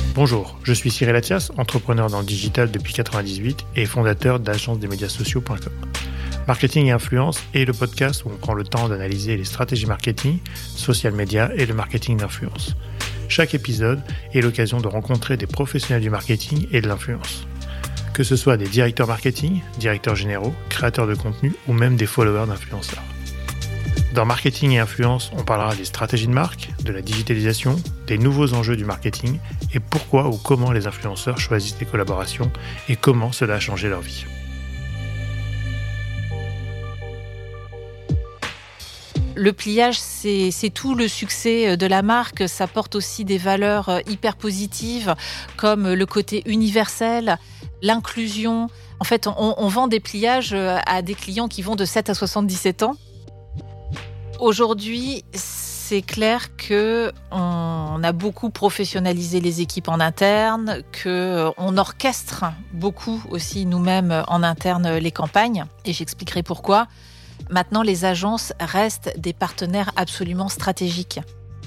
Bonjour, je suis Cyril Attias, entrepreneur dans le digital depuis 1998 et fondateur d'agence-des-médias-sociaux.com. Marketing et influence est le podcast où on prend le temps d'analyser les stratégies marketing, social media et le marketing d'influence. Chaque épisode est l'occasion de rencontrer des professionnels du marketing et de l'influence. Que ce soit des directeurs marketing, directeurs généraux, créateurs de contenu ou même des followers d'influenceurs. Dans Marketing et Influence, on parlera des stratégies de marque, de la digitalisation, des nouveaux enjeux du marketing et pourquoi ou comment les influenceurs choisissent les collaborations et comment cela a changé leur vie. Le pliage, c'est tout le succès de la marque. Ça porte aussi des valeurs hyper positives comme le côté universel, l'inclusion. En fait, on vend des pliages à des clients qui vont de 7 à 77 ans. Aujourd'hui, c'est clair qu'on a beaucoup professionnalisé les équipes en interne, qu'on orchestre beaucoup aussi nous-mêmes en interne les campagnes, et j'expliquerai pourquoi. Maintenant, les agences restent des partenaires absolument stratégiques.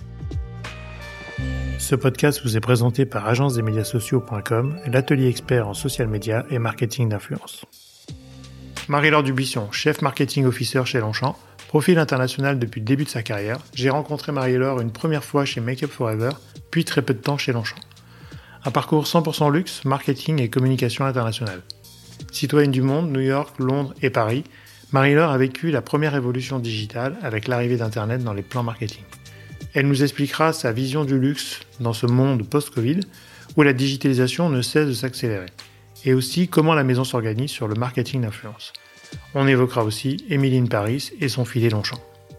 Ce podcast vous est présenté par agence-des-médias-sociaux.com, l'atelier expert en social media et marketing d'influence. Marie-Laure Dubuisson, chef marketing officer chez Longchamp, profil international depuis le début de sa carrière, j'ai rencontré Marie-Laure une première fois chez Make Up For Ever, puis très peu de temps chez Longchamp. Un parcours 100% luxe, marketing et communication internationale. Citoyenne du monde, New York, Londres et Paris, Marie-Laure a vécu la première évolution digitale avec l'arrivée d'Internet dans les plans marketing. Elle nous expliquera sa vision du luxe dans ce monde post-Covid où la digitalisation ne cesse de s'accélérer, et aussi comment la maison s'organise sur le marketing d'influence. On évoquera aussi Émilie in Paris et son filet Longchamp.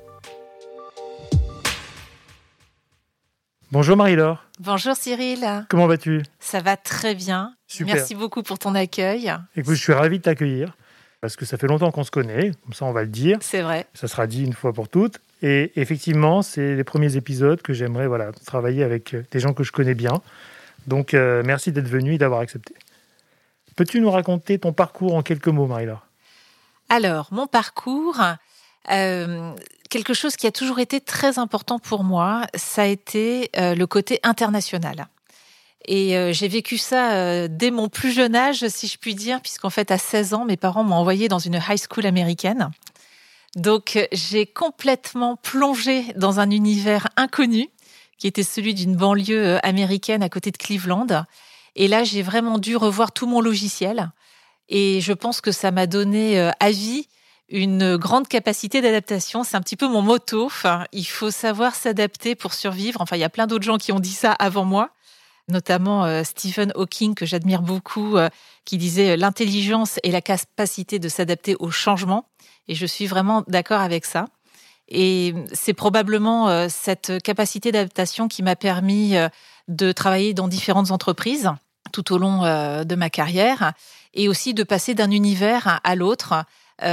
Bonjour Marie-Laure. Bonjour Cyril. Comment vas-tu ? Ça va très bien. Super. Merci beaucoup pour ton accueil. Écoute, je suis ravi de t'accueillir parce que ça fait longtemps qu'on se connaît, comme ça on va le dire. C'est vrai. Ça sera dit une fois pour toutes. Et effectivement, c'est les premiers épisodes que j'aimerais travailler avec des gens que je connais bien. Donc merci d'être venu et d'avoir accepté. Peux-tu nous raconter ton parcours en quelques mots, Marie-Laure ? Alors, mon parcours, quelque chose qui a toujours été très important pour moi, ça a été le côté international. Et j'ai vécu ça dès mon plus jeune âge, si je puis dire, puisqu'en fait, à 16 ans, mes parents m'ont envoyée dans une high school américaine. Donc, j'ai complètement plongé dans un univers inconnu, qui était celui d'une banlieue américaine à côté de Cleveland. Et là, j'ai vraiment dû revoir tout mon logiciel. Et je pense que ça m'a donné à vie une grande capacité d'adaptation. C'est un petit peu mon motto. Enfin, il faut savoir s'adapter pour survivre. Enfin, il y a plein d'autres gens qui ont dit ça avant moi, notamment Stephen Hawking, que j'admire beaucoup, qui disait « L'intelligence et la capacité de s'adapter au changement ». Et je suis vraiment d'accord avec ça. Et c'est probablement cette capacité d'adaptation qui m'a permis de travailler dans différentes entreprises tout au long de ma carrière, et aussi de passer d'un univers à l'autre,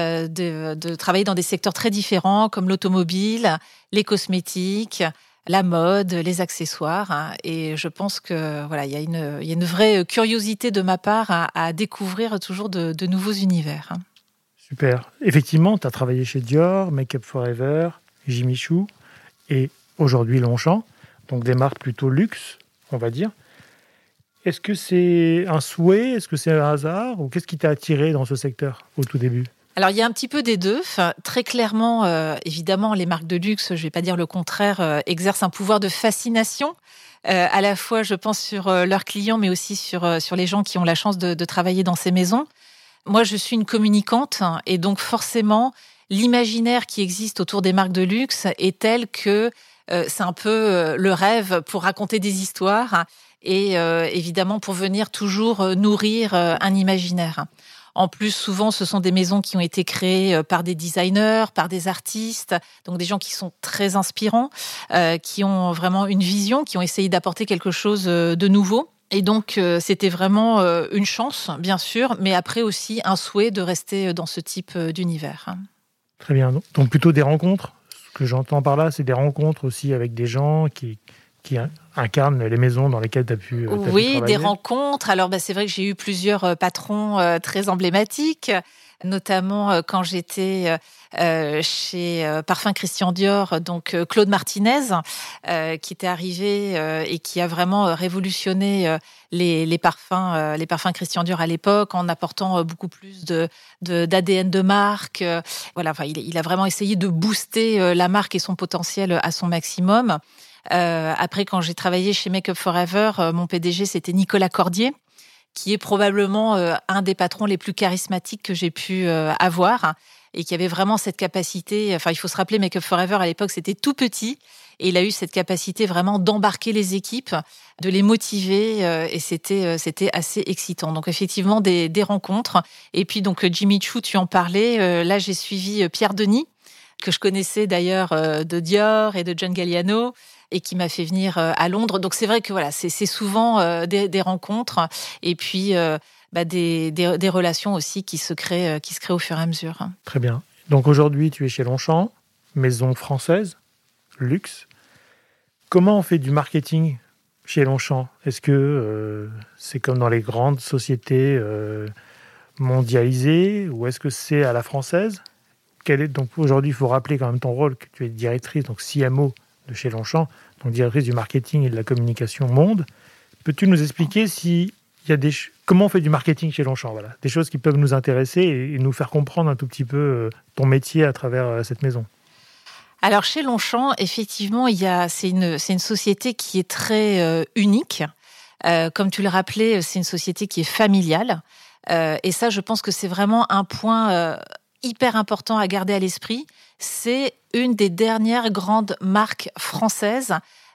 de travailler dans des secteurs très différents comme l'automobile, les cosmétiques, la mode, les accessoires. Et je pense que il y a une vraie curiosité de ma part à découvrir toujours de nouveaux univers. Super. Effectivement, tu as travaillé chez Dior, Make Up For Ever, Jimmy Choo et aujourd'hui Longchamp, donc des marques plutôt luxe, on va dire. Est-ce que c'est un souhait ? Est-ce que c'est un hasard ? Ou qu'est-ce qui t'a attiré dans ce secteur au tout début ? Alors, il y a un petit peu des deux. Enfin, très clairement, évidemment, les marques de luxe, je ne vais pas dire le contraire, exercent un pouvoir de fascination. À la fois, je pense, sur leurs clients, mais aussi sur les gens qui ont la chance de travailler dans ces maisons. Moi, je suis une communicante et donc forcément, l'imaginaire qui existe autour des marques de luxe est tel que c'est un peu le rêve pour raconter des histoires. Et évidemment pour venir toujours nourrir un imaginaire. En plus, souvent, ce sont des maisons qui ont été créées par des designers, par des artistes, donc des gens qui sont très inspirants, qui ont vraiment une vision, qui ont essayé d'apporter quelque chose de nouveau. Et donc, c'était vraiment une chance, bien sûr, mais après aussi un souhait de rester dans ce type d'univers. Très bien. Donc plutôt des rencontres. Ce que j'entends par là, c'est des rencontres aussi avec des gens qui qui incarne les maisons dans lesquelles tu as pu travailler. Oui, des rencontres. Alors, c'est vrai que j'ai eu plusieurs patrons très emblématiques, notamment quand j'étais chez Parfums Christian Dior, donc Claude Martinez, qui était arrivé et qui a vraiment révolutionné les parfums Christian Dior à l'époque, en apportant beaucoup plus d'ADN de marque. Voilà, enfin, il a vraiment essayé de booster la marque et son potentiel à son maximum. Après, quand j'ai travaillé chez Make Up Forever, mon PDG, c'était Nicolas Cordier, qui est probablement un des patrons les plus charismatiques que j'ai pu avoir, et qui avait vraiment cette capacité. Enfin, il faut se rappeler, Make Up Forever, à l'époque, c'était tout petit, et il a eu cette capacité vraiment d'embarquer les équipes, de les motiver, et c'était assez excitant. Donc, effectivement, des rencontres. Et puis, donc, Jimmy Choo, tu en parlais. Là, j'ai suivi Pierre Denis, que je connaissais d'ailleurs de Dior et de John Galliano, et qui m'a fait venir à Londres. Donc c'est vrai que voilà, c'est souvent des rencontres, et puis des relations aussi qui se créent au fur et à mesure. Très bien. Donc aujourd'hui, tu es chez Longchamp, maison française, luxe. Comment on fait du marketing chez Longchamp ? Est-ce que c'est comme dans les grandes sociétés mondialisées, ou est-ce que c'est à la française ? Donc aujourd'hui, il faut rappeler quand même ton rôle, que tu es directrice, donc CMO de chez Longchamp, donc directrice du marketing et de la communication monde. Peux-tu nous expliquer comment on fait du marketing chez Longchamp ? Voilà, des choses qui peuvent nous intéresser et nous faire comprendre un tout petit peu ton métier à travers cette maison. Alors chez Longchamp, effectivement, c'est une société qui est très unique. Comme tu le rappelais, c'est une société qui est familiale. Et ça, je pense que c'est vraiment un point hyper important à garder à l'esprit. C'est une des dernières grandes marques françaises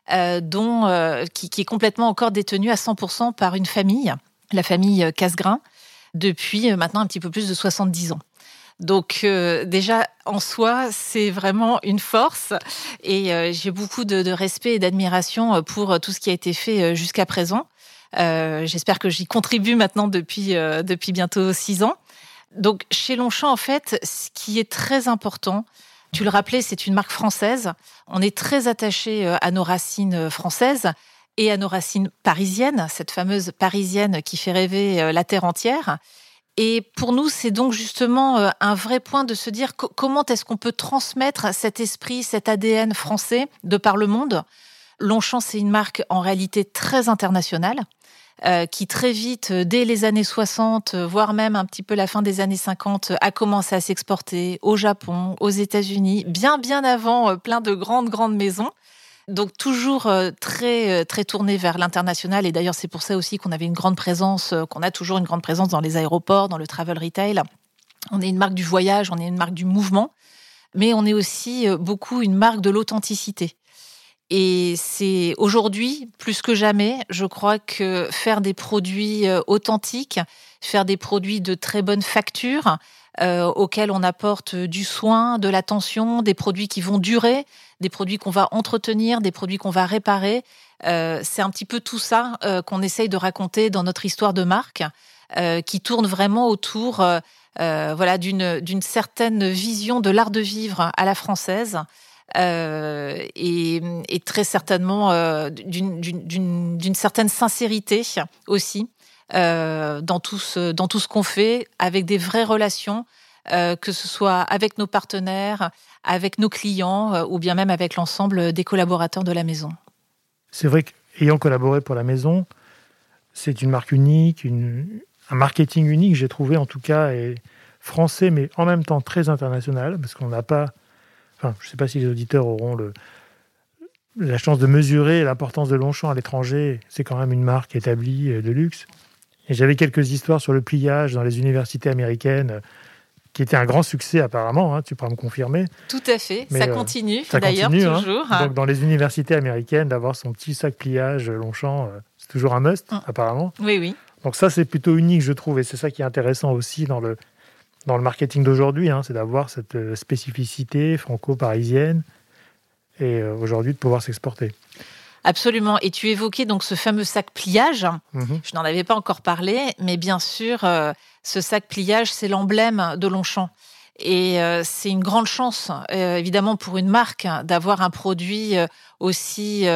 qui est complètement encore détenue à 100% par une famille, la famille Casgrain, depuis maintenant un petit peu plus de 70 ans. Donc déjà, en soi, c'est vraiment une force, et j'ai beaucoup de respect et d'admiration pour tout ce qui a été fait jusqu'à présent. J'espère que j'y contribue maintenant depuis bientôt 6 ans. Donc, chez Longchamp, en fait, ce qui est très important, tu le rappelais, c'est une marque française. On est très attaché à nos racines françaises et à nos racines parisiennes, cette fameuse parisienne qui fait rêver la terre entière. Et pour nous, c'est donc justement un vrai point de se dire comment est-ce qu'on peut transmettre cet esprit, cet ADN français de par le monde. Longchamp, c'est une marque en réalité très internationale, qui très vite, dès les années 60, voire même un petit peu la fin des années 50, a commencé à s'exporter au Japon, aux États-Unis, bien avant plein de grandes maisons. Donc toujours très tourné vers l'international, et d'ailleurs c'est pour ça aussi qu'on avait une grande présence, qu'on a toujours une grande présence dans les aéroports, dans le travel retail. On est une marque du voyage, on est une marque du mouvement, mais on est aussi beaucoup une marque de l'authenticité. Et c'est aujourd'hui, plus que jamais, je crois que faire des produits authentiques, faire des produits de très bonne facture, auxquels on apporte du soin, de l'attention, des produits qui vont durer, des produits qu'on va entretenir, des produits qu'on va réparer, c'est un petit peu tout ça qu'on essaye de raconter dans notre histoire de marque, qui tourne vraiment autour d'une certaine vision de l'art de vivre à la française. Et très certainement d'une certaine sincérité aussi dans tout ce qu'on fait, avec des vraies relations, que ce soit avec nos partenaires, avec nos clients, ou bien même avec l'ensemble des collaborateurs de la maison. C'est vrai qu'ayant collaboré pour la maison, c'est une marque unique, un marketing unique, j'ai trouvé en tout cas, et français, mais en même temps très international, parce qu'on n'a pas... Enfin, je ne sais pas si les auditeurs auront la chance de mesurer l'importance de Longchamp à l'étranger. C'est quand même une marque établie de luxe. Et j'avais quelques histoires sur le pliage dans les universités américaines, qui était un grand succès apparemment, hein, tu pourras me confirmer. Tout à fait, mais ça continue toujours. Donc dans les universités américaines, d'avoir son petit sac pliage Longchamp, c'est toujours un must apparemment. Oui. Donc ça, c'est plutôt unique, je trouve, et c'est ça qui est intéressant aussi dans le marketing d'aujourd'hui, c'est d'avoir cette spécificité franco-parisienne et aujourd'hui de pouvoir s'exporter. Absolument. Et tu évoquais donc ce fameux sac pliage. Je n'en avais pas encore parlé, mais bien sûr, ce sac pliage, c'est l'emblème de Longchamp. Et c'est une grande chance, évidemment, pour une marque, d'avoir un produit aussi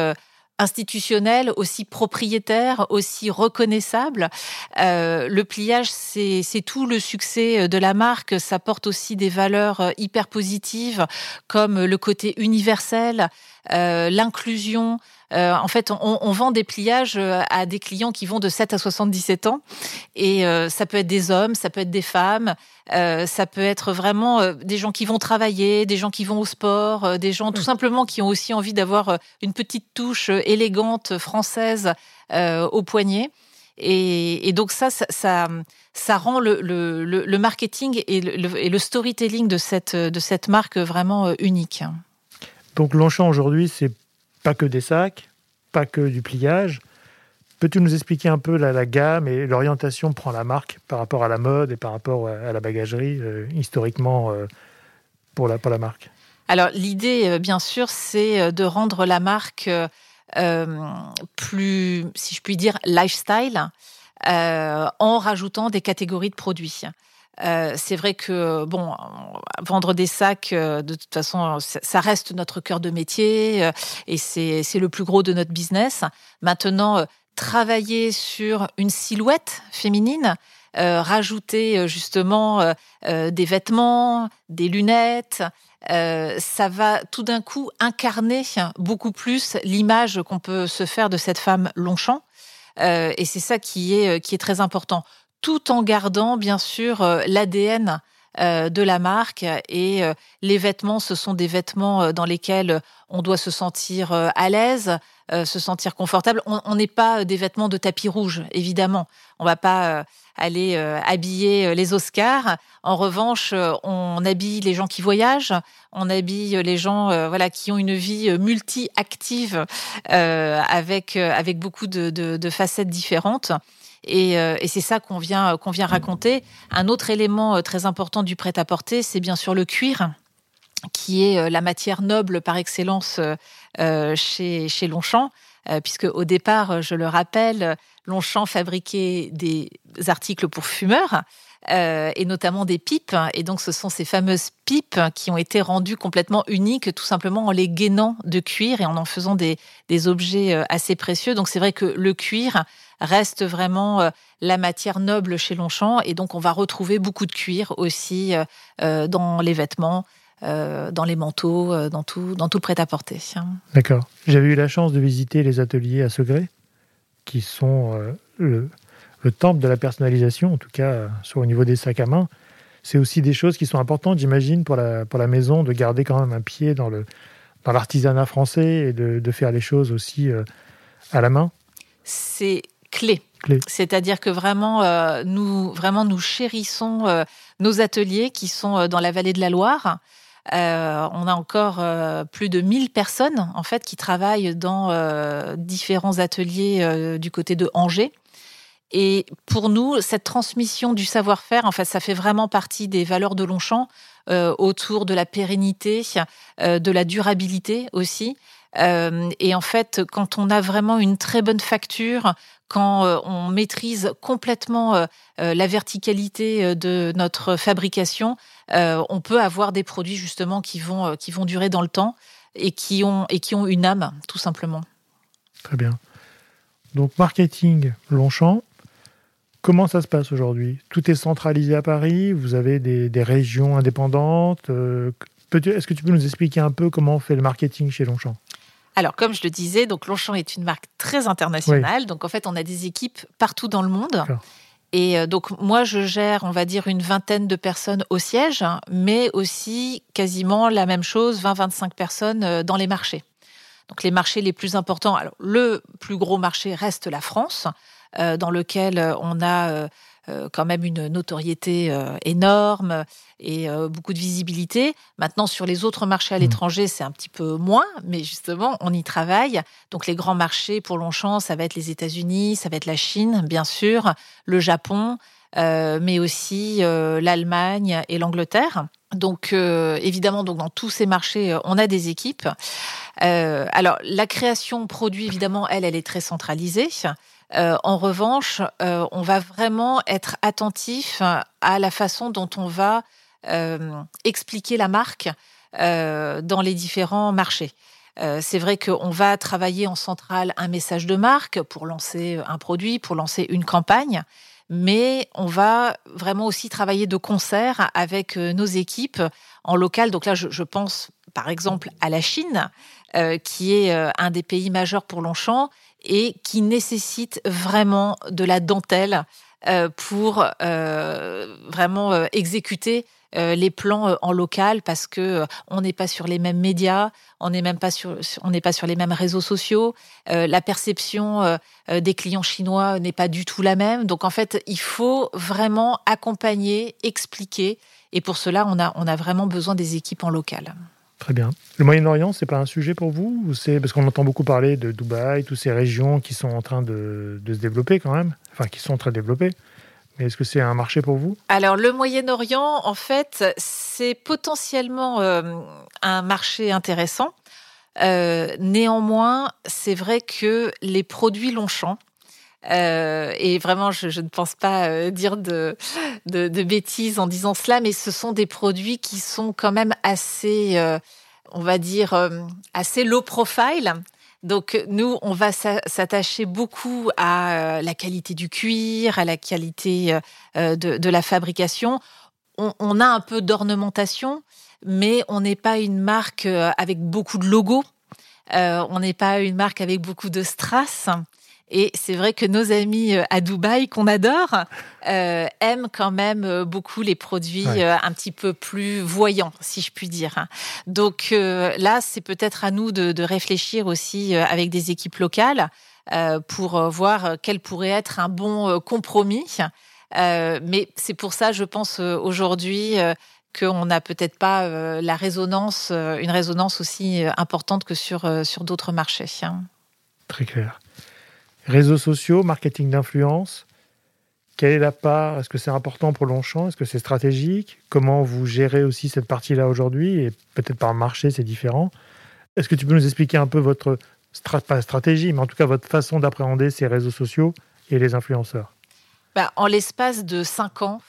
institutionnel, aussi propriétaire, aussi reconnaissable. Le pliage, c'est tout le succès de la marque. Ça porte aussi des valeurs hyper positives, comme le côté universel, l'inclusion. En fait, on vend des pliages à des clients qui vont de 7 à 77 ans. Et ça peut être des hommes, ça peut être des femmes, ça peut être vraiment des gens qui vont travailler, des gens qui vont au sport, des gens tout simplement qui ont aussi envie d'avoir une petite touche élégante française au poignet. Et donc ça rend le marketing et le storytelling de cette marque vraiment unique. Donc Longchamp aujourd'hui, c'est pas que des sacs, pas que du pliage. Peux-tu nous expliquer un peu la gamme et l'orientation que prend la marque par rapport à la mode et par rapport à la bagagerie, historiquement, pour la marque? Alors, l'idée, bien sûr, c'est de rendre la marque plus, si je puis dire, lifestyle, en rajoutant des catégories de produits. C'est vrai que vendre des sacs, de toute façon, ça reste notre cœur de métier et c'est le plus gros de notre business. Maintenant, travailler sur une silhouette féminine, rajouter justement des vêtements, des lunettes, ça va tout d'un coup incarner beaucoup plus l'image qu'on peut se faire de cette femme Longchamp. Et c'est ça qui est très important, tout en gardant bien sûr l'ADN de la marque. Et les vêtements, ce sont des vêtements dans lesquels on doit se sentir à l'aise, se sentir confortable. On n'est pas des vêtements de tapis rouge, évidemment. On va pas aller habiller les Oscars. En revanche, on habille les gens qui voyagent, on habille les gens qui ont une vie multi-active avec beaucoup de facettes différentes. Et c'est ça qu'on vient raconter. Un autre élément très important du prêt-à-porter, c'est bien sûr le cuir, qui est la matière noble par excellence chez Longchamp, puisque au départ, je le rappelle, Longchamp fabriquait des articles pour fumeurs, et notamment des pipes. Et donc, ce sont ces fameuses pipes qui ont été rendues complètement uniques, tout simplement en les gainant de cuir et en faisant des objets assez précieux. Donc, c'est vrai que le cuir reste vraiment la matière noble chez Longchamp. Et donc, on va retrouver beaucoup de cuir aussi dans les vêtements, dans les manteaux, dans tout le prêt-à-porter. D'accord. J'avais eu la chance de visiter les ateliers à Segré, qui sont le temple de la personnalisation, en tout cas au niveau des sacs à main. C'est aussi des choses qui sont importantes, j'imagine, pour la maison, de garder quand même un pied dans l'artisanat français et de faire les choses aussi à la main. C'est clé. C'est-à-dire que vraiment, nous chérissons nos ateliers qui sont dans la vallée de la Loire. On a encore plus de 1000 personnes en fait qui travaillent dans différents ateliers du côté de Angers. Et pour nous, cette transmission du savoir-faire, en fait, ça fait vraiment partie des valeurs de Longchamp, autour de la pérennité, de la durabilité aussi. Et en fait, quand on a vraiment une très bonne facture, quand on maîtrise complètement la verticalité de notre fabrication, on peut avoir des produits justement qui vont durer dans le temps et qui ont une âme, tout simplement. Très bien. Donc, marketing Longchamp. Comment ça se passe aujourd'hui? Tout est centralisé à Paris? Vous avez des régions indépendantes? Est-ce que tu peux nous expliquer un peu comment on fait le marketing chez Longchamp? Alors, comme je le disais, donc Longchamp est une marque très internationale. Oui. Donc, en fait, on a des équipes partout dans le monde. D'accord. Et donc, moi, je gère, on va dire, une vingtaine de personnes au siège, mais aussi quasiment la même chose, 20-25 personnes dans les marchés. Donc, les marchés les plus importants. Alors, le plus gros marché reste la France, dans lequel on a quand même une notoriété énorme et beaucoup de visibilité. Maintenant, sur les autres marchés à l'étranger, c'est un petit peu moins, mais justement, on y travaille. Donc, les grands marchés pour Longchamp, ça va être les États-Unis, ça va être la Chine, bien sûr, le Japon, mais aussi l'Allemagne et l'Angleterre. Donc, évidemment, donc dans tous ces marchés, on a des équipes. Alors, la création produit, évidemment, elle est très centralisée. En revanche, on va vraiment être attentif à la façon dont on va expliquer la marque dans les différents marchés. C'est vrai qu'on va travailler en centrale un message de marque pour lancer un produit, pour lancer une campagne, mais on va vraiment aussi travailler de concert avec nos équipes en local. Donc là, je pense par exemple à la Chine, qui est un des pays majeurs pour Longchamp et qui nécessite vraiment de la dentelle pour vraiment exécuter les plans en local, parce que on n'est pas sur les mêmes médias, on n'est pas sur les mêmes réseaux sociaux, la perception des clients chinois n'est pas du tout la même. Donc en fait, il faut vraiment accompagner, expliquer, et pour cela, on a vraiment besoin des équipes en local. Très bien. Le Moyen-Orient, c'est pas un sujet pour vous, ou c'est parce qu'on entend beaucoup parler de Dubaï, toutes ces régions qui sont en train de se développer quand même, enfin qui sont très développées. Mais est-ce que c'est un marché pour vous ? Alors, le Moyen-Orient, en fait, c'est potentiellement un marché intéressant. Néanmoins, c'est vrai que les produits Longchamp, et vraiment, je ne pense pas dire de bêtises en disant cela, mais ce sont des produits qui sont quand même assez, on va dire, assez low profile. Donc, nous, on va s'attacher beaucoup à la qualité du cuir, à la qualité de la fabrication. On a un peu d'ornementation, mais on n'est pas une marque avec beaucoup de logos. On n'est pas une marque avec beaucoup de strass. Et c'est vrai que nos amis à Dubaï, qu'on adore, aiment quand même beaucoup les produits un petit peu plus voyants, si je puis dire. Donc là, c'est peut-être à nous de réfléchir aussi avec des équipes locales pour voir quel pourrait être un bon compromis. Mais c'est pour ça, je pense, aujourd'hui, qu'on n'a peut-être pas une résonance aussi importante que sur d'autres marchés. Très clair. Réseaux sociaux, marketing d'influence, quelle est la part ? Est-ce que c'est important pour Longchamp ? Est-ce que c'est stratégique ? Comment vous gérez aussi cette partie-là aujourd'hui ? Et peut-être par marché, c'est différent. Est-ce que tu peux nous expliquer un peu votre, pas stratégie, mais en tout cas votre façon d'appréhender ces réseaux sociaux et les influenceurs ? En l'espace de 5 ans,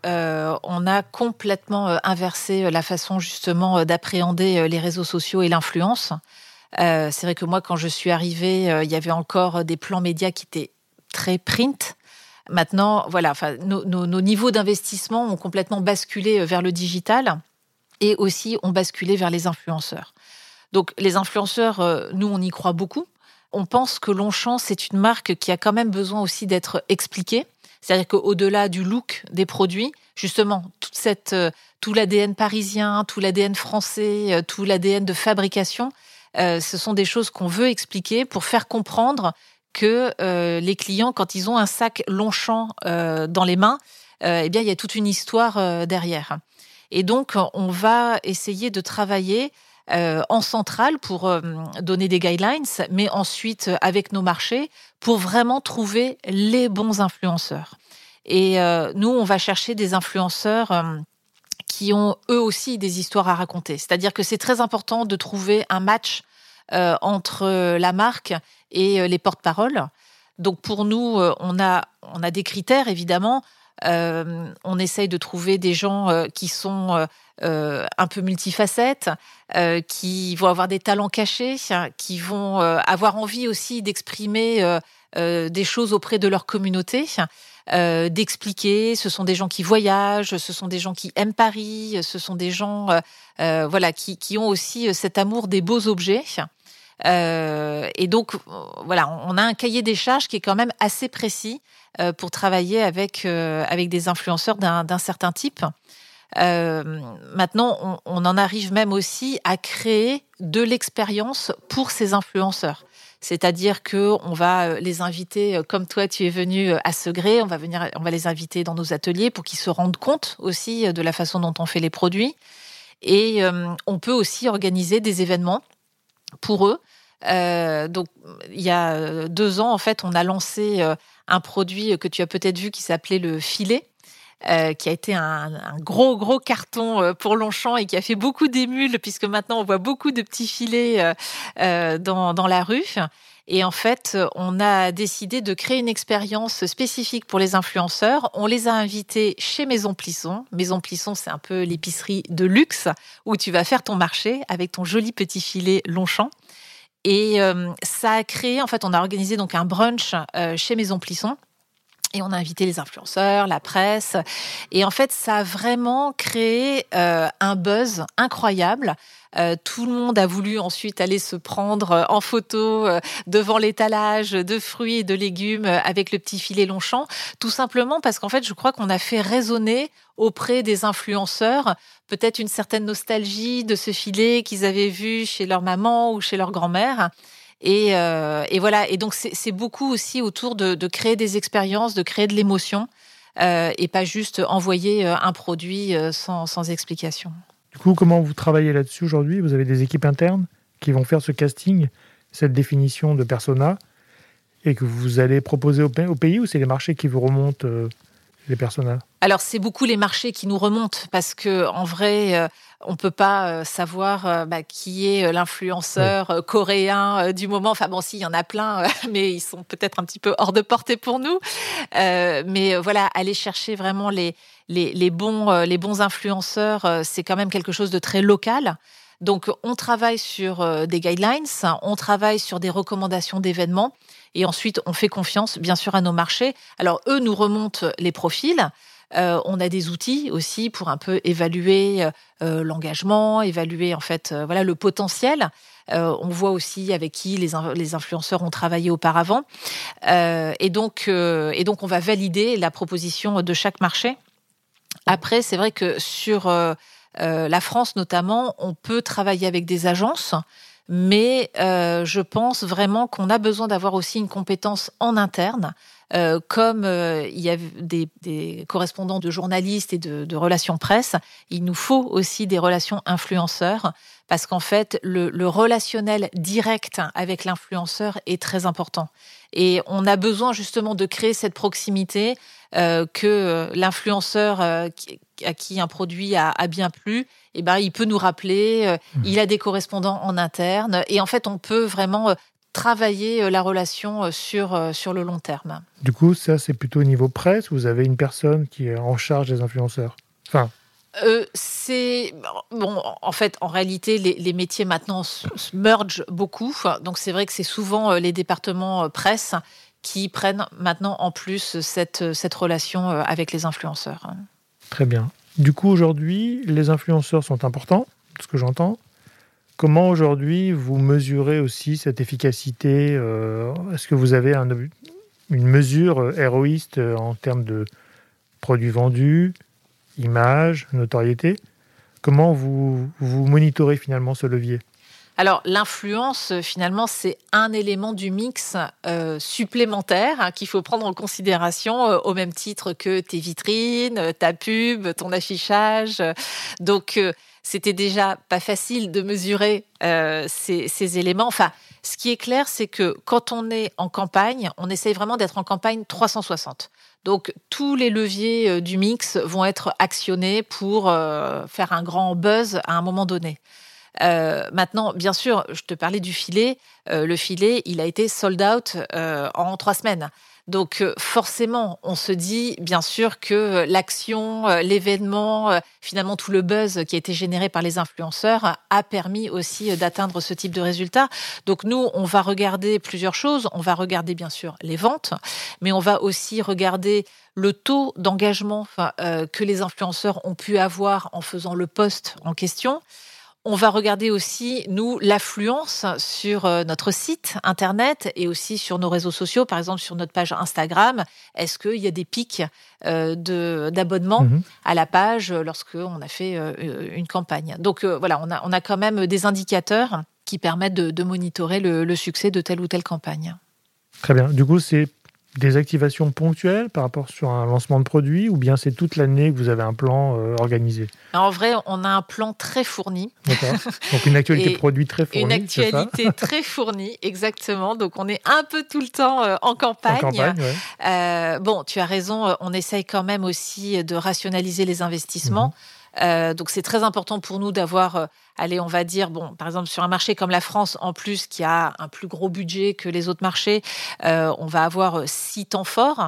on a complètement inversé la façon justement d'appréhender les réseaux sociaux et l'influence. C'est vrai que moi, quand je suis arrivée, il y avait encore des plans médias qui étaient très print. Maintenant, voilà, nos niveaux d'investissement ont complètement basculé vers le digital et aussi ont basculé vers les influenceurs. Donc, les influenceurs, nous, on y croit beaucoup. On pense que Longchamp, c'est une marque qui a quand même besoin aussi d'être expliquée. C'est-à-dire qu'au-delà du look des produits, justement, tout l'ADN parisien, tout l'ADN français, tout l'ADN de fabrication, ce sont des choses qu'on veut expliquer pour faire comprendre que les clients, quand ils ont un sac Longchamp dans les mains, il y a toute une histoire derrière. Et donc, on va essayer de travailler en centrale pour donner des guidelines, mais ensuite avec nos marchés pour vraiment trouver les bons influenceurs. Et nous, on va chercher des influenceurs qui ont eux aussi des histoires à raconter. C'est-à-dire que c'est très important de trouver un match entre la marque et les porte-paroles. Donc pour nous, on a des critères évidemment. On essaye de trouver des gens qui sont un peu multifacettes, qui vont avoir des talents cachés, qui vont avoir envie aussi d'exprimer des choses auprès de leur communauté. D'expliquer, ce sont des gens qui voyagent, ce sont des gens qui aiment Paris, ce sont des gens qui ont aussi cet amour des beaux objets. Et donc, on a un cahier des charges qui est quand même assez précis pour travailler avec des influenceurs d'un certain type. Maintenant, on en arrive même aussi à créer de l'expérience pour ces influenceurs. C'est-à-dire qu'on va les inviter, comme toi tu es venu à Segré, on va les inviter dans nos ateliers pour qu'ils se rendent compte aussi de la façon dont on fait les produits. Et on peut aussi organiser des événements pour eux. Donc, il y a 2 ans, en fait, on a lancé un produit que tu as peut-être vu qui s'appelait le filet. Qui a été un gros carton pour Longchamp et qui a fait beaucoup d'émules, puisque maintenant on voit beaucoup de petits filets dans la rue. Et en fait, on a décidé de créer une expérience spécifique pour les influenceurs. On les a invités chez Maison Plisson. Maison Plisson, c'est un peu l'épicerie de luxe où tu vas faire ton marché avec ton joli petit filet Longchamp. Et ça a créé, en fait, on a organisé donc un brunch chez Maison Plisson. Et on a invité les influenceurs, la presse. Et en fait, ça a vraiment créé un buzz incroyable. Tout le monde a voulu ensuite aller se prendre en photo devant l'étalage de fruits et de légumes avec le petit filet Longchamp. Tout simplement parce qu'en fait, je crois qu'on a fait résonner auprès des influenceurs peut-être une certaine nostalgie de ce filet qu'ils avaient vu chez leur maman ou chez leur grand-mère. Et voilà. Et donc, c'est beaucoup aussi autour de créer des expériences, de créer de l'émotion et pas juste envoyer un produit sans explication. Du coup, comment vous travaillez là-dessus aujourd'hui ? Vous avez des équipes internes qui vont faire ce casting, cette définition de persona, et que vous allez proposer au pays, ou c'est les marchés qui vous remontent les personas ? Alors, c'est beaucoup les marchés qui nous remontent parce que en vrai, on peut pas savoir qui est l'influenceur coréen du moment. Enfin bon, si, il y en a plein, mais ils sont peut-être un petit peu hors de portée pour nous. Mais voilà, aller chercher vraiment les bons influenceurs, c'est quand même quelque chose de très local. Donc, on travaille sur des guidelines, on travaille sur des recommandations d'événements. Et ensuite, on fait confiance, bien sûr, à nos marchés. Alors, eux nous remontent les profils. On a des outils aussi pour un peu évaluer l'engagement, évaluer en fait le potentiel. On voit aussi avec qui les influenceurs ont travaillé auparavant. Et donc, on va valider la proposition de chaque marché. Après, c'est vrai que sur la France notamment, on peut travailler avec des agences. Mais je pense vraiment qu'on a besoin d'avoir aussi une compétence en interne, comme il y a des correspondants de journalistes et de relations presse. Il nous faut aussi des relations influenceurs, parce qu'en fait, le relationnel direct avec l'influenceur est très important. Et on a besoin justement de créer cette proximité que l'influenceur à qui un produit a bien plu, il peut nous rappeler, il a des correspondants en interne, et en fait, on peut vraiment travailler la relation sur le long terme. Du coup, ça, c'est plutôt au niveau presse, vous avez une personne qui est en charge des influenceurs ? En fait, en réalité, les métiers maintenant se mergent beaucoup. Donc, c'est vrai que c'est souvent les départements presse qui prennent maintenant en plus cette relation avec les influenceurs. Très bien. Du coup, aujourd'hui, les influenceurs sont importants, ce que j'entends. Comment aujourd'hui vous mesurez aussi cette efficacité ? Est-ce que vous avez une mesure héroïste en termes de produits vendus, image, notoriété ? Comment vous monitorez finalement ce levier ? Alors, l'influence, finalement, c'est un élément du mix supplémentaire qu'il faut prendre en considération au même titre que tes vitrines, ta pub, ton affichage. Donc, c'était déjà pas facile de mesurer ces éléments. Enfin, ce qui est clair, c'est que quand on est en campagne, on essaye vraiment d'être en campagne 360. Donc, tous les leviers du mix vont être actionnés pour faire un grand buzz à un moment donné. Maintenant, bien sûr, je te parlais du filet. Le filet, il a été sold out en 3 semaines. Donc, forcément, on se dit, bien sûr, que l'action, l'événement, finalement, tout le buzz qui a été généré par les influenceurs a permis aussi d'atteindre ce type de résultat. Donc, nous, on va regarder plusieurs choses. On va regarder, bien sûr, les ventes, mais on va aussi regarder le taux d'engagement que les influenceurs ont pu avoir en faisant le post en question. On va regarder aussi, nous, l'affluence sur notre site internet et aussi sur nos réseaux sociaux, par exemple sur notre page Instagram. Est-ce qu'il y a des pics d'abonnements à la page lorsqu'on a fait une campagne ? Donc voilà, on a quand même des indicateurs qui permettent de monitorer le succès de telle ou telle campagne. Très bien. Du coup, c'est des activations ponctuelles par rapport sur un lancement de produit, ou bien c'est toute l'année que vous avez un plan organisé ? En vrai, on a un plan très fourni. D'accord. Donc une actualité produit très fournie. Une actualité très fournie, exactement. Donc on est un peu tout le temps en campagne. En campagne, ouais. Bon, tu as raison, on essaye quand même aussi de rationaliser les investissements. Donc c'est très important pour nous d'avoir, on va dire, par exemple sur un marché comme la France, en plus qui a un plus gros budget que les autres marchés, on va avoir 6 temps forts,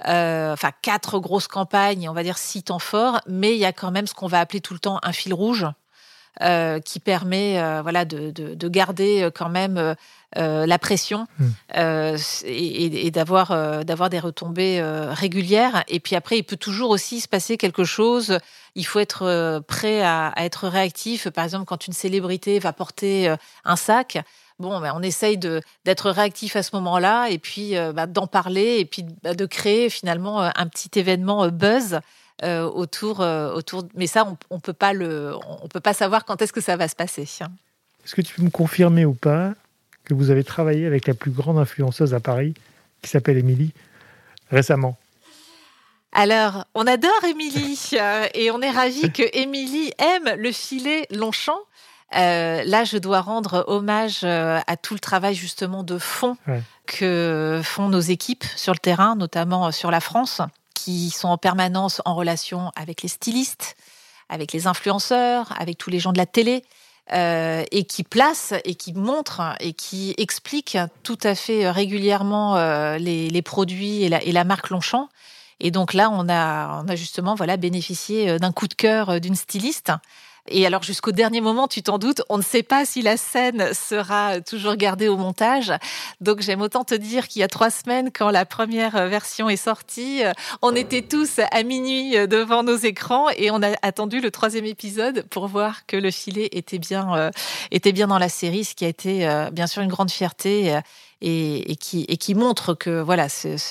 4 grosses campagnes, on va dire 6 temps forts, mais il y a quand même ce qu'on va appeler tout le temps un fil rouge. qui permet de garder quand même la pression et d'avoir des retombées régulières. Et puis après, il peut toujours aussi se passer quelque chose. Il faut être prêt à être réactif. Par exemple, quand une célébrité va porter un sac, on essaye d'être réactif à ce moment-là et puis d'en parler et puis de créer finalement un petit événement buzz autour. Mais ça, on peut pas savoir quand est-ce que ça va se passer. Est-ce que tu peux me confirmer ou pas que vous avez travaillé avec la plus grande influenceuse à Paris, qui s'appelle Émilie, récemment? Alors, on adore Émilie et on est ravis que Émilie aime le filet Longchamp. Là, je dois rendre hommage à tout le travail justement de fond que font nos équipes sur le terrain, notamment sur la France, qui sont en permanence en relation avec les stylistes, avec les influenceurs, avec tous les gens de la télé, et qui placent et qui montrent et qui expliquent tout à fait régulièrement les produits et la marque Longchamp. Et donc là, on a justement bénéficié d'un coup de cœur d'une styliste. Et alors, jusqu'au dernier moment, tu t'en doutes, on ne sait pas si la scène sera toujours gardée au montage. Donc, j'aime autant te dire qu'il y a 3 semaines, quand la première version est sortie, on était tous à minuit devant nos écrans et on a attendu le 3e épisode pour voir que le filet était bien dans la série, ce qui a été bien sûr une grande fierté et qui montre que voilà,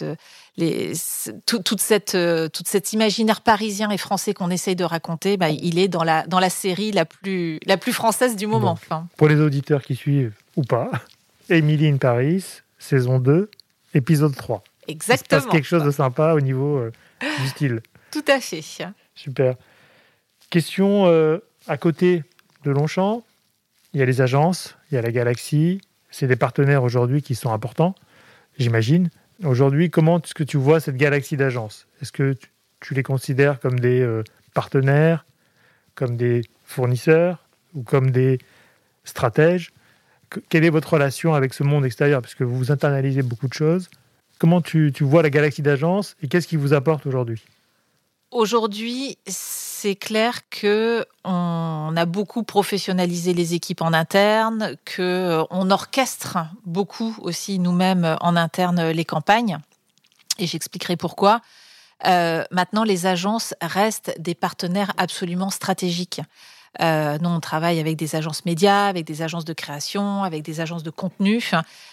toute cet imaginaire parisien et français qu'on essaye de raconter, il est dans la série la plus française du moment. Pour les auditeurs qui suivent ou pas, Emily in Paris, saison 2, épisode 3. Exactement. Il se passe quelque chose de sympa au niveau du style. Tout à fait. Super. Question à côté de Longchamp, il y a les agences, il y a la Galaxie, c'est des partenaires aujourd'hui qui sont importants, j'imagine. Aujourd'hui, comment est-ce que tu vois cette galaxie d'agences? Est-ce que tu les considères comme des partenaires, comme des fournisseurs ou comme des stratèges? Quelle est votre relation avec ce monde extérieur? Parce que vous internalisez beaucoup de choses. Comment tu vois la galaxie d'agences et qu'est-ce qui vous apporte aujourd'hui? Aujourd'hui, c'est clair qu'on a beaucoup professionnalisé les équipes en interne, qu'on orchestre beaucoup aussi nous-mêmes en interne les campagnes. Et j'expliquerai pourquoi. Maintenant, les agences restent des partenaires absolument stratégiques. Nous, on travaille avec des agences médias, avec des agences de création, avec des agences de contenu.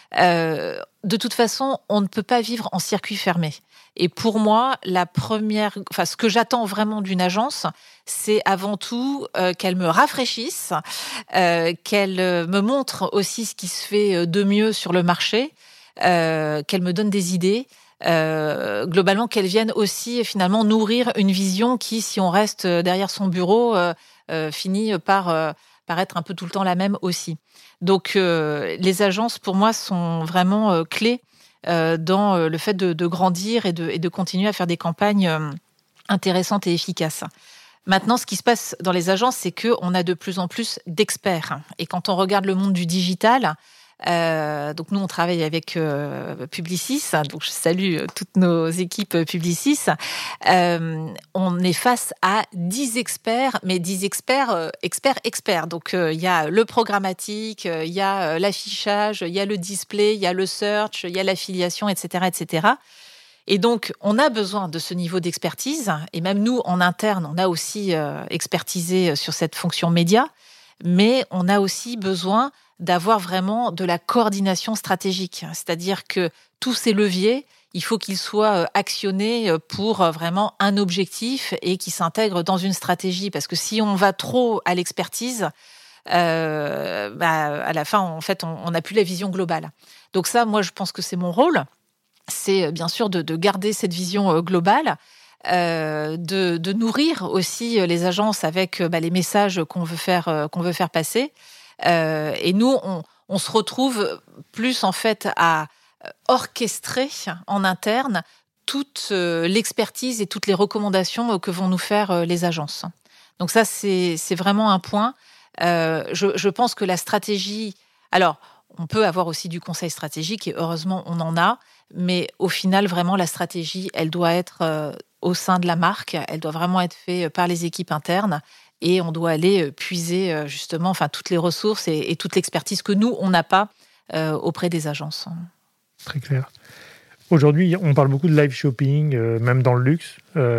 De toute façon, on ne peut pas vivre en circuit fermé. Et pour moi, ce que j'attends vraiment d'une agence, c'est avant tout qu'elle me rafraîchisse, qu'elle me montre aussi ce qui se fait de mieux sur le marché, qu'elle me donne des idées. Globalement, qu'elle vienne aussi finalement nourrir une vision qui, si on reste derrière son bureau, finit par être un peu tout le temps la même aussi. Donc, les agences, pour moi, sont vraiment clés dans le fait de grandir et de continuer à faire des campagnes intéressantes et efficaces. Maintenant, ce qui se passe dans les agences, c'est qu'on a de plus en plus d'experts. Et quand on regarde le monde du digital, donc nous, on travaille avec Publicis, donc je salue toutes nos équipes Publicis. On est face à 10 experts, mais 10 experts. Donc il y a le programmatique, il y a l'affichage, il y a le display, il y a le search, il y a l'affiliation, etc., etc. Et donc, on a besoin de ce niveau d'expertise. Et même nous, en interne, on a aussi expertisé sur cette fonction média. Mais on a aussi besoin d'avoir vraiment de la coordination stratégique. C'est-à-dire que tous ces leviers, il faut qu'ils soient actionnés pour vraiment un objectif et qu'ils s'intègrent dans une stratégie. Parce que si on va trop à l'expertise, à la fin, en fait, on n'a plus la vision globale. Donc ça, moi, je pense que c'est mon rôle. C'est bien sûr de garder cette vision globale, de nourrir aussi les agences avec les messages qu'on veut faire passer. Et nous, on se retrouve plus en fait à orchestrer en interne toute l'expertise et toutes les recommandations que vont nous faire les agences. Donc ça, c'est vraiment un point. Je pense que la stratégie... Alors, on peut avoir aussi du conseil stratégique et heureusement, on en a. Mais au final, vraiment, la stratégie, elle doit être au sein de la marque. Elle doit vraiment être faite par les équipes internes. et on doit aller puiser justement toutes les ressources et toute l'expertise que nous, on n'a pas auprès des agences. Très clair. Aujourd'hui, on parle beaucoup de live shopping, même dans le luxe,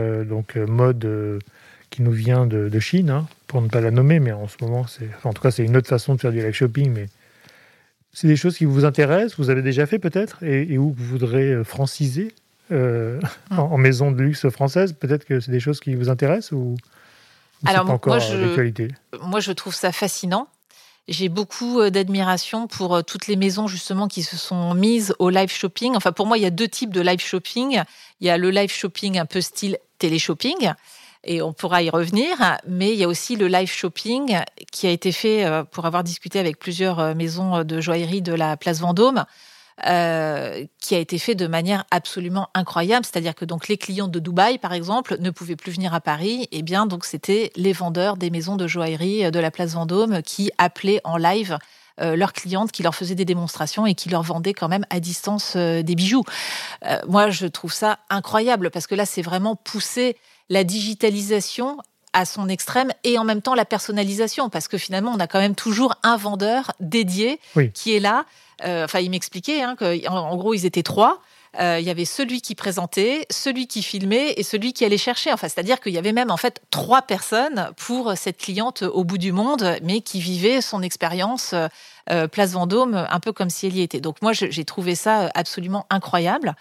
mode qui nous vient de Chine, pour ne pas la nommer, mais en ce moment, c'est une autre façon de faire du live shopping, mais c'est des choses qui vous intéressent, vous avez déjà fait peut-être, et où vous voudrez franciser en maison de luxe française. Peut-être que c'est des choses qui vous intéressent ou c'est pas encore d'actualité? Moi, je trouve ça fascinant. J'ai beaucoup d'admiration pour toutes les maisons justement qui se sont mises au live shopping. Enfin, pour moi, il y a 2 types de live shopping. Il y a le live shopping un peu style télé-shopping, et on pourra y revenir. Mais il y a aussi le live shopping qui a été fait pour avoir discuté avec plusieurs maisons de joaillerie de la place Vendôme, qui a été fait de manière absolument incroyable. C'est-à-dire que donc les clients de Dubaï, par exemple, ne pouvaient plus venir à Paris. Et bien, donc c'était les vendeurs des maisons de joaillerie de la place Vendôme qui appelaient en live leurs clientes, qui leur faisaient des démonstrations et qui leur vendaient quand même à distance des bijoux. Moi, je trouve ça incroyable parce que là, c'est vraiment pousser la digitalisation à son extrême et en même temps la personnalisation, parce que finalement, on a quand même toujours un vendeur dédié qui est là. Il m'expliquait qu'en gros, ils étaient 3. Il y avait celui qui présentait, celui qui filmait et celui qui allait chercher. C'est-à-dire qu'il y avait même 3 personnes pour cette cliente au bout du monde, mais qui vivait son expérience Place Vendôme un peu comme si elle y était. Donc moi, j'ai trouvé ça absolument incroyable.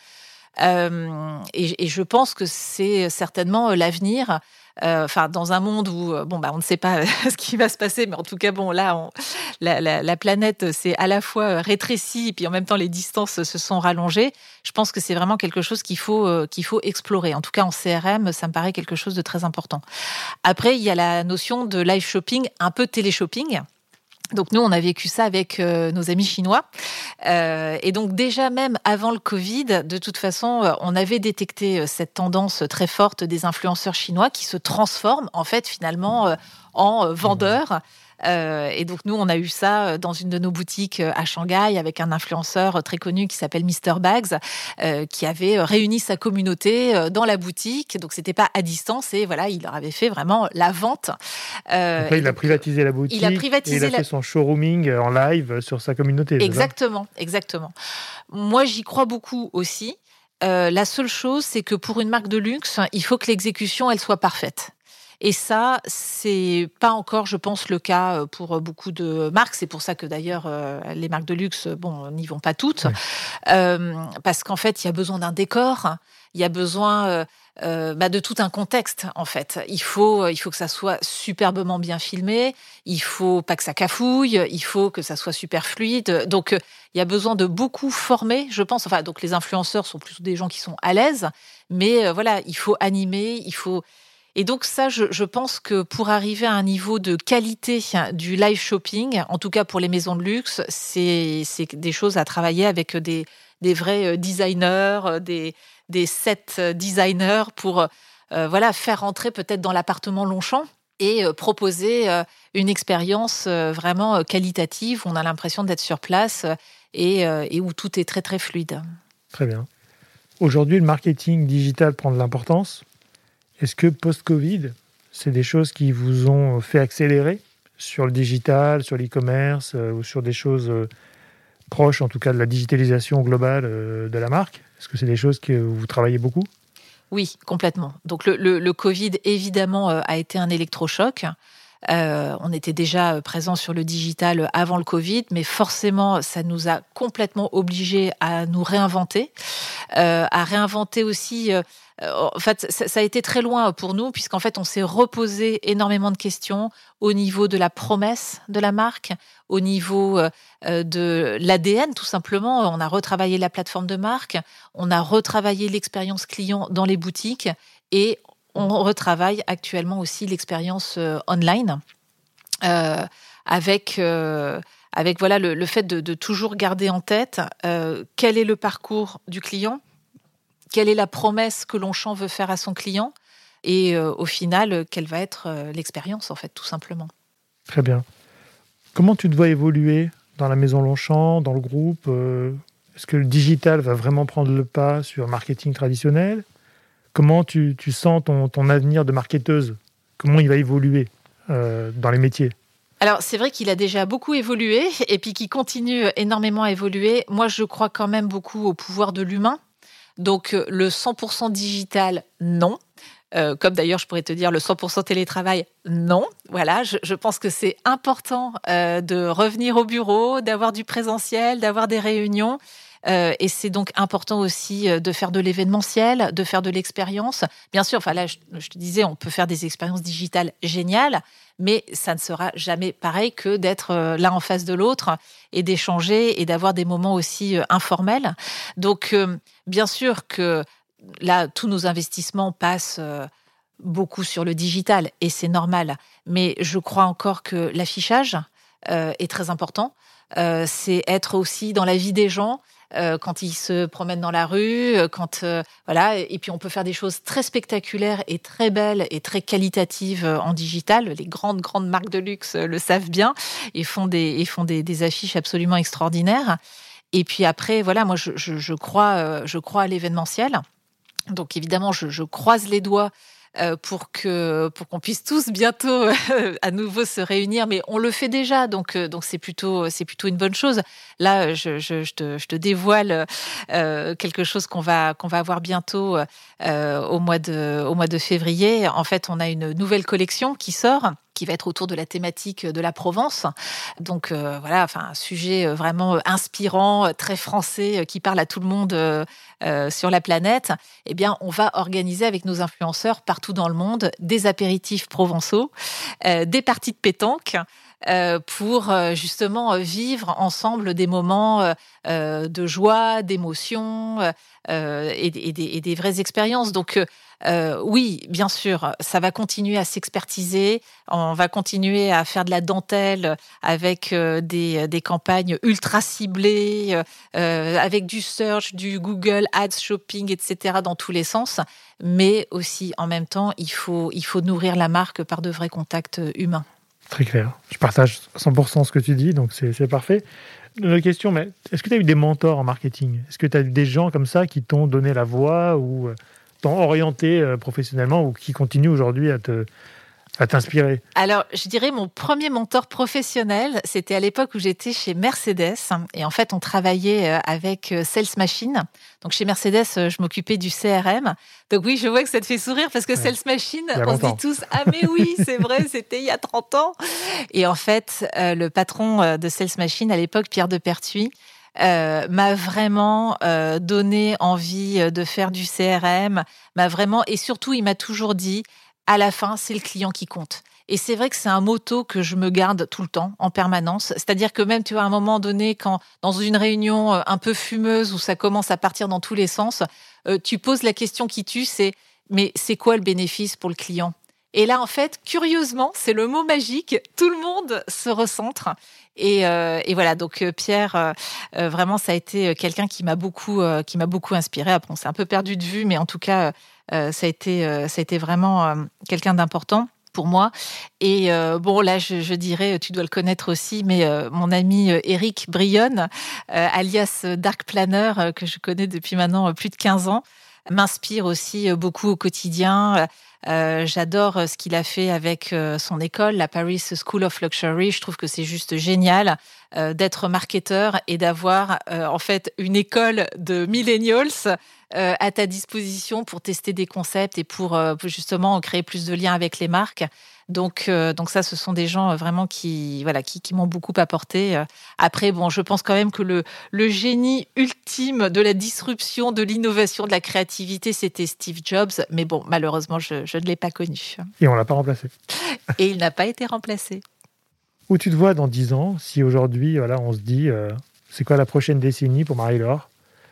Et je pense que c'est certainement l'avenir. Dans un monde où on ne sait pas ce qui va se passer, mais en tout cas là la planète s'est à la fois rétrécie et puis en même temps les distances se sont rallongées. Je pense que c'est vraiment quelque chose qu'il faut explorer. En tout cas en CRM, ça me paraît quelque chose de très important. Après, il y a la notion de live shopping, un peu télé-shopping. Donc nous, on a vécu ça avec nos amis chinois. Et donc déjà, même avant le Covid, de toute façon, on avait détecté cette tendance très forte des influenceurs chinois qui se transforment en fait finalement en vendeurs. Et donc nous, on a eu ça dans une de nos boutiques à Shanghai avec un influenceur très connu qui s'appelle Mr Bags, qui avait réuni sa communauté dans la boutique. Donc c'était pas à distance et voilà, il leur avait fait vraiment la vente. Donc là, il a privatisé la boutique. Il a fait son showrooming en live sur sa communauté. Exactement. Moi, j'y crois beaucoup aussi. La seule chose, c'est que pour une marque de luxe, il faut que l'exécution, elle soit parfaite. Et ça, c'est pas encore, je pense, le cas pour beaucoup de marques. C'est pour ça que d'ailleurs, les marques de luxe, n'y vont pas toutes. Parce qu'en fait, il y a besoin d'un décor, il y a besoin de tout un contexte, en fait. Il faut que ça soit superbement bien filmé, il faut pas que ça cafouille, il faut que ça soit super fluide. Donc, il y a besoin de beaucoup former, je pense. Donc les influenceurs sont plutôt des gens qui sont à l'aise, mais il faut animer, il faut... Et donc ça, je pense que pour arriver à un niveau de qualité du live shopping, en tout cas pour les maisons de luxe, c'est des choses à travailler avec des vrais designers, des set designers pour faire rentrer peut-être dans l'appartement Longchamp et proposer une expérience vraiment qualitative où on a l'impression d'être sur place et où tout est très très fluide. Très bien. Aujourd'hui, le marketing digital prend de l'importance. Est-ce que post-Covid, c'est des choses qui vous ont fait accélérer sur le digital, sur l'e-commerce ou sur des choses proches, en tout cas de la digitalisation globale de la marque? Est-ce que c'est des choses que vous travaillez beaucoup? Oui, complètement. Donc le Covid, évidemment, a été un électrochoc. On était déjà présent sur le digital avant le Covid, mais forcément, ça nous a complètement obligés à nous réinventer, à réinventer aussi... ça a été très loin pour nous, puisqu'en fait, on s'est reposé énormément de questions au niveau de la promesse de la marque, au niveau de l'ADN, tout simplement. On a retravaillé la plateforme de marque, on a retravaillé l'expérience client dans les boutiques et on retravaille actuellement aussi l'expérience online avec le fait de toujours garder en tête quel est le parcours du client, quelle est la promesse que Longchamp veut faire à son client et au final, quelle va être l'expérience, en fait, tout simplement. Très bien. Comment tu te vois évoluer dans la maison Longchamp, dans le groupe? Est-ce que le digital va vraiment prendre le pas sur le marketing traditionnel? Comment tu sens ton avenir de marketeuse? Comment il va évoluer dans les métiers? Alors, c'est vrai qu'il a déjà beaucoup évolué et puis qu'il continue énormément à évoluer. Moi, je crois quand même beaucoup au pouvoir de l'humain. Donc, le 100% digital, non. Comme d'ailleurs, je pourrais te dire le 100% télétravail, non. Voilà, je pense que c'est important de revenir au bureau, d'avoir du présentiel, d'avoir des réunions. Et c'est donc important aussi de faire de l'événementiel, de faire de l'expérience. Bien sûr, enfin là, je te disais, on peut faire des expériences digitales géniales, mais ça ne sera jamais pareil que d'être l'un en face de l'autre et d'échanger et d'avoir des moments aussi informels. Donc, bien sûr que là, tous nos investissements passent beaucoup sur le digital et c'est normal. Mais je crois encore que l'affichage est très important. C'est être aussi dans la vie des gens. Quand ils se promènent dans la rue, voilà, et puis on peut faire des choses très spectaculaires et très belles et très qualitatives en digital. Les grandes marques de luxe le savent bien et font des affiches absolument extraordinaires. Et puis après, voilà, moi je crois à l'événementiel. Donc évidemment, je croise les doigts pour qu'on puisse tous bientôt à nouveau se réunir, mais on le fait déjà, donc c'est plutôt une bonne chose. Là, je te dévoile quelque chose qu'on va avoir bientôt au mois de février. En fait, on a une nouvelle collection qui sort, qui va être autour de la thématique de la Provence. Donc voilà, enfin un sujet vraiment inspirant, très français, qui parle à tout le monde sur la planète. Eh bien, on va organiser avec nos influenceurs partout dans le monde des apéritifs provençaux, des parties de pétanque. Pour justement vivre ensemble des moments de joie, d'émotion et des vraies expériences. Donc oui, bien sûr, ça va continuer à s'expertiser. On va continuer à faire de la dentelle avec des campagnes ultra ciblées, avec du search, du Google Ads Shopping, etc. dans tous les sens. Mais aussi, en même temps, il faut nourrir la marque par de vrais contacts humains. Très clair. Je partage 100% ce que tu dis, donc c'est parfait. Une autre question, mais est-ce que tu as eu des mentors en marketing? Est-ce que tu as eu des gens comme ça qui t'ont donné la voie ou t'ont orienté professionnellement ou qui continuent aujourd'hui à t'inspirer? Alors, je dirais mon premier mentor professionnel, c'était à l'époque où j'étais chez Mercedes. Et en fait, on travaillait avec Sales Machine. Donc, chez Mercedes, je m'occupais du CRM. Donc oui, je vois que ça te fait sourire parce que Sales Machine, on se dit tous « Ah mais oui, c'est vrai, c'était il y a 30 ans ». Et en fait, le patron de Sales Machine à l'époque, Pierre de Pertuis, m'a vraiment donné envie de faire du CRM, et surtout, il m'a toujours dit à la fin, c'est le client qui compte. Et c'est vrai que c'est un motto que je me garde tout le temps, en permanence. C'est-à-dire que même, tu vois, à un moment donné, quand dans une réunion un peu fumeuse où ça commence à partir dans tous les sens, tu poses la question qui tue, mais c'est quoi le bénéfice pour le client? Et là, en fait, curieusement, c'est le mot magique. Tout le monde se recentre. Et voilà. Donc Pierre, vraiment, ça a été quelqu'un qui m'a beaucoup inspiré. Après, on s'est un peu perdu de vue, mais en tout cas, ça a été vraiment quelqu'un d'important pour moi. Et bon, là, je dirais, tu dois le connaître aussi, mais mon ami Eric Brionne, alias Dark Planner, que je connais depuis maintenant plus de 15 ans, m'inspire aussi beaucoup au quotidien. J'adore ce qu'il a fait avec son école, la Paris School of Luxury. Je trouve que c'est juste génial d'être marketeur et d'avoir en fait une école de millennials à ta disposition pour tester des concepts et pour justement créer plus de liens avec les marques. Donc ça, ce sont des gens vraiment qui m'ont beaucoup apporté. Après, bon, je pense quand même que le génie ultime de la disruption, de l'innovation, de la créativité, c'était Steve Jobs. Mais bon, malheureusement, je ne l'ai pas connu. Et on l'a pas remplacé. Et il n'a pas été remplacé. Où tu te vois dans 10 ans, si aujourd'hui, voilà, on se dit, c'est quoi la prochaine décennie pour Marie-Laure?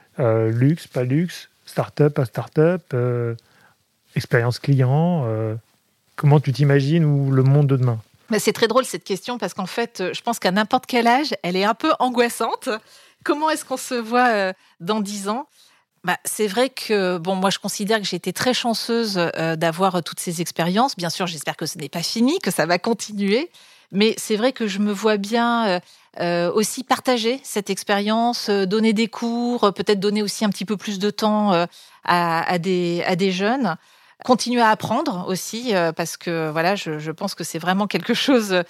Luxe, pas luxe, start-up, pas start-up, expérience client, comment tu t'imagines ou le monde de demain? C'est très drôle cette question parce qu'en fait, je pense qu'à n'importe quel âge, elle est un peu angoissante. Comment est-ce qu'on se voit dans 10 ans? C'est vrai que moi je considère que j'ai été très chanceuse d'avoir toutes ces expériences. Bien sûr, j'espère que ce n'est pas fini, que ça va continuer. Mais c'est vrai que je me vois bien aussi partager cette expérience, donner des cours, peut-être donner aussi un petit peu plus de temps à des jeunes. continuer à apprendre aussi, parce que voilà, je pense que c'est vraiment quelque chose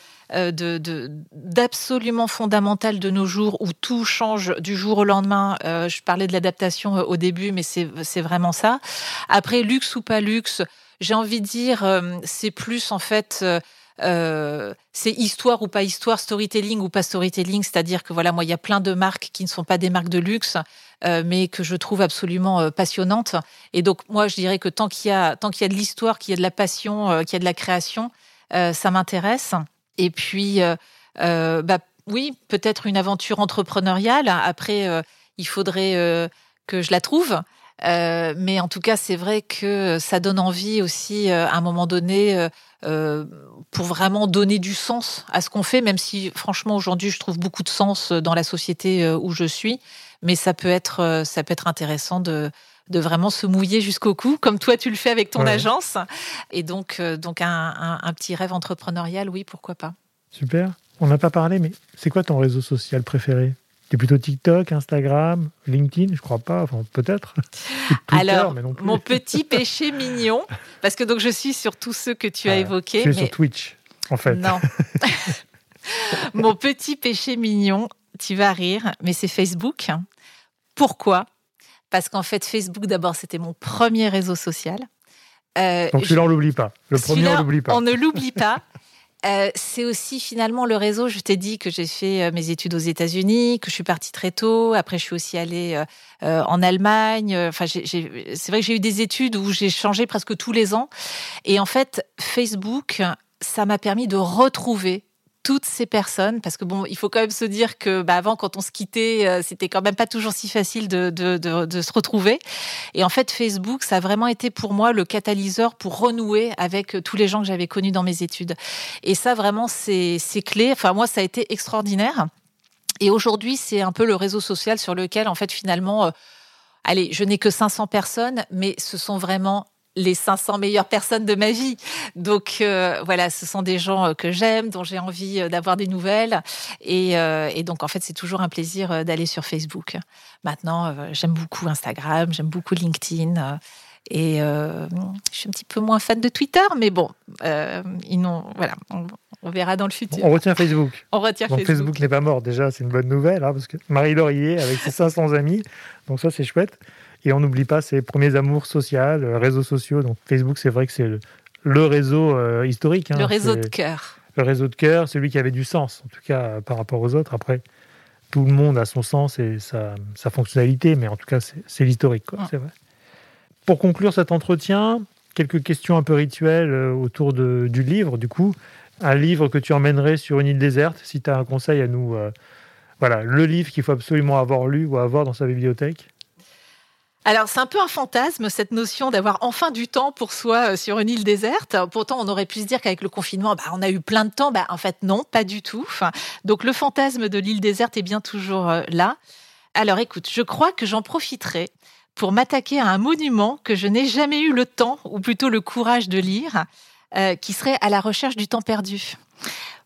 d'absolument fondamental de nos jours, où tout change du jour au lendemain. Je parlais de l'adaptation au début, mais c'est vraiment ça. Après, luxe ou pas luxe, j'ai envie de dire, c'est plus en fait... c'est histoire ou pas histoire, storytelling ou pas storytelling, c'est-à-dire que voilà, moi il y a plein de marques qui ne sont pas des marques de luxe, mais que je trouve absolument passionnantes. Et donc moi je dirais que tant qu'il y a de l'histoire, qu'il y a de la passion, qu'il y a de la création, ça m'intéresse. Et puis oui, peut-être une aventure entrepreneuriale. Après, il faudrait que je la trouve. Mais en tout cas, c'est vrai que ça donne envie aussi, à un moment donné, pour vraiment donner du sens à ce qu'on fait, même si franchement aujourd'hui je trouve beaucoup de sens dans la société où je suis, mais ça peut être intéressant de vraiment se mouiller jusqu'au cou, comme toi tu le fais avec ton agence, et donc un petit rêve entrepreneurial, oui, pourquoi pas. Super. On n'a pas parlé, mais c'est quoi ton réseau social préféré ? T'es plutôt TikTok, Instagram, LinkedIn, je crois pas, enfin peut-être. Twitter, alors, mais non plus. Mon petit péché mignon, parce que donc je suis sur tous ceux que tu as évoqués. Tu es sur Twitch, en fait. Non. Mon petit péché mignon, tu vas rire, mais c'est Facebook. Pourquoi ? Parce qu'en fait, Facebook, d'abord, c'était mon premier réseau social. Donc celui-là, on l'oublie pas. Le premier, on l'oublie pas. On ne l'oublie pas. C'est aussi finalement le réseau. Je t'ai dit que j'ai fait mes études aux États-Unis, que je suis partie très tôt. Après, je suis aussi allée en Allemagne. Enfin, c'est vrai que j'ai eu des études où j'ai changé presque tous les ans. Et en fait, Facebook, ça m'a permis de retrouver toutes ces personnes, parce que bon, il faut quand même se dire que avant, quand on se quittait, c'était quand même pas toujours si facile de se retrouver. Et en fait, Facebook, ça a vraiment été pour moi le catalyseur pour renouer avec tous les gens que j'avais connus dans mes études. Et ça, vraiment, c'est clé. Enfin, moi, ça a été extraordinaire. Et aujourd'hui, c'est un peu le réseau social sur lequel, en fait, finalement, je n'ai que 500 personnes, mais ce sont vraiment les 500 meilleures personnes de ma vie. Donc voilà, ce sont des gens que j'aime, dont j'ai envie d'avoir des nouvelles. Et donc en fait, c'est toujours un plaisir d'aller sur Facebook. Maintenant, j'aime beaucoup Instagram, j'aime beaucoup LinkedIn. Et je suis un petit peu moins fan de Twitter, mais bon, voilà, on verra dans le futur. On retient Facebook. On retient donc Facebook n'est pas mort, déjà, c'est une bonne nouvelle, parce que Marie-Laure y est avec ses 500 amis, donc ça c'est chouette. Et on n'oublie pas ses premiers amours sociaux, réseaux sociaux. Donc Facebook, c'est vrai que c'est le réseau historique. Le réseau de cœur. Le réseau de cœur, celui qui avait du sens, en tout cas par rapport aux autres. Après, tout le monde a son sens et sa fonctionnalité, mais en tout cas, c'est l'historique, quoi. C'est vrai. Pour conclure cet entretien, quelques questions un peu rituelles autour du livre. Du coup, un livre que tu emmènerais sur une île déserte, si tu as un conseil à nous... voilà, le livre qu'il faut absolument avoir lu ou avoir dans sa bibliothèque. Alors, c'est un peu un fantasme, cette notion d'avoir enfin du temps pour soi sur une île déserte. Pourtant, on aurait pu se dire qu'avec le confinement, on a eu plein de temps. En fait, non, pas du tout. Donc, le fantasme de l'île déserte est bien toujours là. Alors, écoute, je crois que j'en profiterai pour m'attaquer à un monument que je n'ai jamais eu le temps, ou plutôt le courage de lire, qui serait À la recherche du temps perdu. Pourquoi ?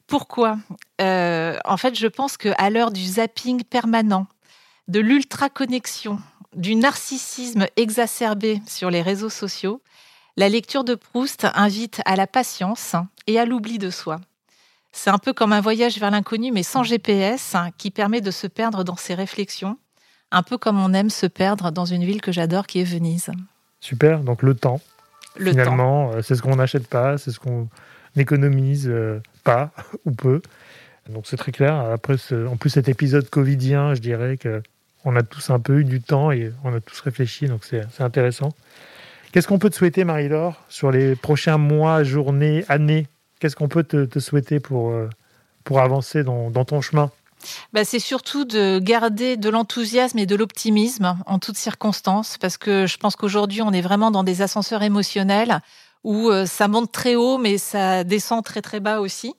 En fait, je pense qu'à l'heure du zapping permanent, de l'ultra-connexion, du narcissisme exacerbé sur les réseaux sociaux, la lecture de Proust invite à la patience et à l'oubli de soi. C'est un peu comme un voyage vers l'inconnu, mais sans GPS, qui permet de se perdre dans ses réflexions, un peu comme on aime se perdre dans une ville que j'adore, qui est Venise. Super, donc le temps. Finalement, c'est ce qu'on n'achète pas, c'est ce qu'on n'économise pas ou peu. Donc c'est très clair. Après, en plus cet épisode covidien, je dirais qu'on a tous un peu eu du temps et on a tous réfléchi, donc c'est intéressant. Qu'est-ce qu'on peut te souhaiter, Marie-Laure, sur les prochains mois, journées, années ? Qu'est-ce qu'on peut te souhaiter pour avancer dans ton chemin ? C'est surtout de garder de l'enthousiasme et de l'optimisme en toutes circonstances, parce que je pense qu'aujourd'hui, on est vraiment dans des ascenseurs émotionnels où ça monte très haut, mais ça descend très très bas aussi.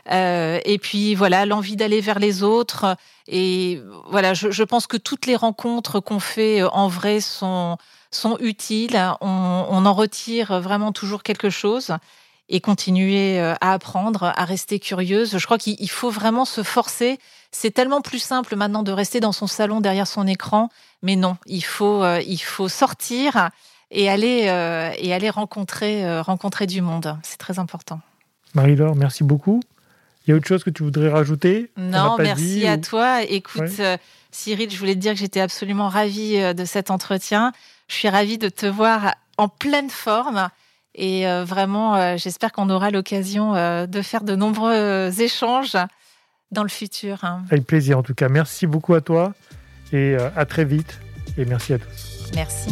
Et puis voilà, l'envie d'aller vers les autres. Et voilà, je pense que toutes les rencontres qu'on fait en vrai sont utiles. On en retire vraiment toujours quelque chose. Et continuer à apprendre, à rester curieuse. Je crois qu'il faut vraiment se forcer. C'est tellement plus simple maintenant de rester dans son salon derrière son écran, mais non, il faut sortir et aller rencontrer du monde. C'est très important. Marie-Laure, merci beaucoup. Il y a autre chose que tu voudrais rajouter? Non, merci à toi. Écoute, Cyril, je voulais te dire que j'étais absolument ravie de cet entretien. Je suis ravie de te voir en pleine forme. Et vraiment, j'espère qu'on aura l'occasion de faire de nombreux échanges dans le futur. Avec plaisir, en tout cas. Merci beaucoup à toi et à très vite. Et merci à tous. Merci.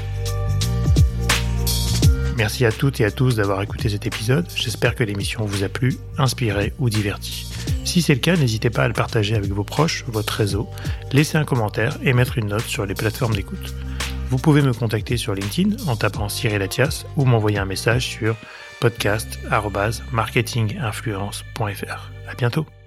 Merci à toutes et à tous d'avoir écouté cet épisode. J'espère que l'émission vous a plu, inspiré ou diverti. Si c'est le cas, n'hésitez pas à le partager avec vos proches, votre réseau, laisser un commentaire et mettre une note sur les plateformes d'écoute. Vous pouvez me contacter sur LinkedIn en tapant Cyril Athias ou m'envoyer un message sur podcast@marketinginfluence.fr. À bientôt.